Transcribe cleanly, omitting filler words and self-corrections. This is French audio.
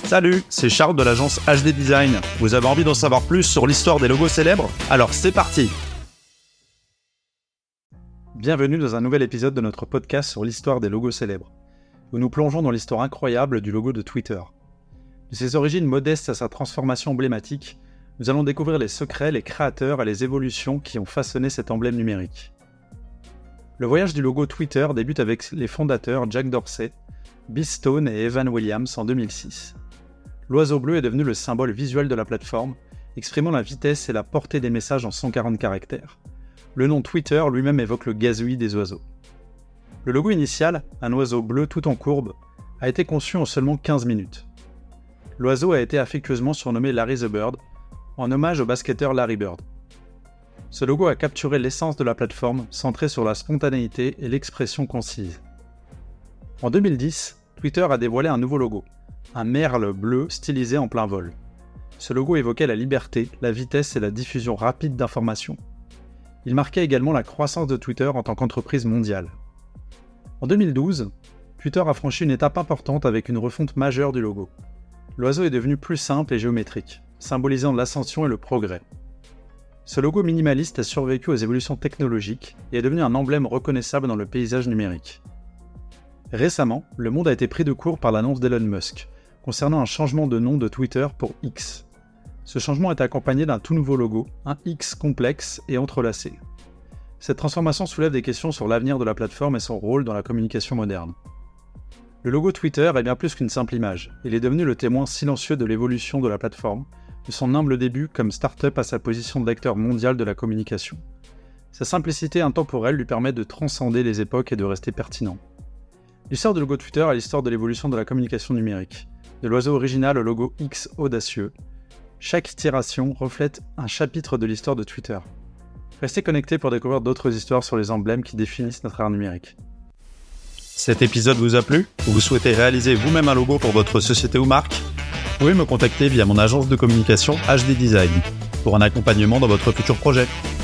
Salut, c'est Charles de l'agence HD Design. Vous avez envie d'en savoir plus sur l'histoire des logos célèbres ? Alors c'est parti ! Bienvenue dans un nouvel épisode de notre podcast sur l'histoire des logos célèbres, où nous plongeons dans l'histoire incroyable du logo de Twitter. De ses origines modestes à sa transformation emblématique, nous allons découvrir les secrets, les créateurs et les évolutions qui ont façonné cet emblème numérique. Le voyage du logo Twitter débute avec les fondateurs Jack Dorsey, Bill Stone et Evan Williams en 2006. L'oiseau bleu est devenu le symbole visuel de la plateforme, exprimant la vitesse et la portée des messages en 140 caractères. Le nom Twitter lui-même évoque le gazouillis des oiseaux. Le logo initial, un oiseau bleu tout en courbe, a été conçu en seulement 15 minutes. L'oiseau a été affectueusement surnommé Larry the Bird, en hommage au basketteur Larry Bird. Ce logo a capturé l'essence de la plateforme, centrée sur la spontanéité et l'expression concise. En 2010, Twitter a dévoilé un nouveau logo, un merle bleu stylisé en plein vol. Ce logo évoquait la liberté, la vitesse et la diffusion rapide d'informations. Il marquait également la croissance de Twitter en tant qu'entreprise mondiale. En 2012, Twitter a franchi une étape importante avec une refonte majeure du logo. L'oiseau est devenu plus simple et géométrique, symbolisant l'ascension et le progrès. Ce logo minimaliste a survécu aux évolutions technologiques et est devenu un emblème reconnaissable dans le paysage numérique. Récemment, le monde a été pris de court par l'annonce d'Elon Musk, concernant un changement de nom de Twitter pour X. Ce changement est accompagné d'un tout nouveau logo, un X complexe et entrelacé. Cette transformation soulève des questions sur l'avenir de la plateforme et son rôle dans la communication moderne. Le logo Twitter est bien plus qu'une simple image, il est devenu le témoin silencieux de l'évolution de la plateforme, de son humble début comme start-up à sa position d'acteur mondial de la communication. Sa simplicité intemporelle lui permet de transcender les époques et de rester pertinent. L'histoire du logo Twitter est l'histoire de l'évolution de la communication numérique, de l'oiseau original au logo X audacieux. Chaque itération reflète un chapitre de l'histoire de Twitter. Restez connectés pour découvrir d'autres histoires sur les emblèmes qui définissent notre ère numérique. Cet épisode vous a plu ? Ou vous souhaitez réaliser vous-même un logo pour votre société ou marque ? Vous pouvez me contacter via mon agence de communication HD Design pour un accompagnement dans votre futur projet.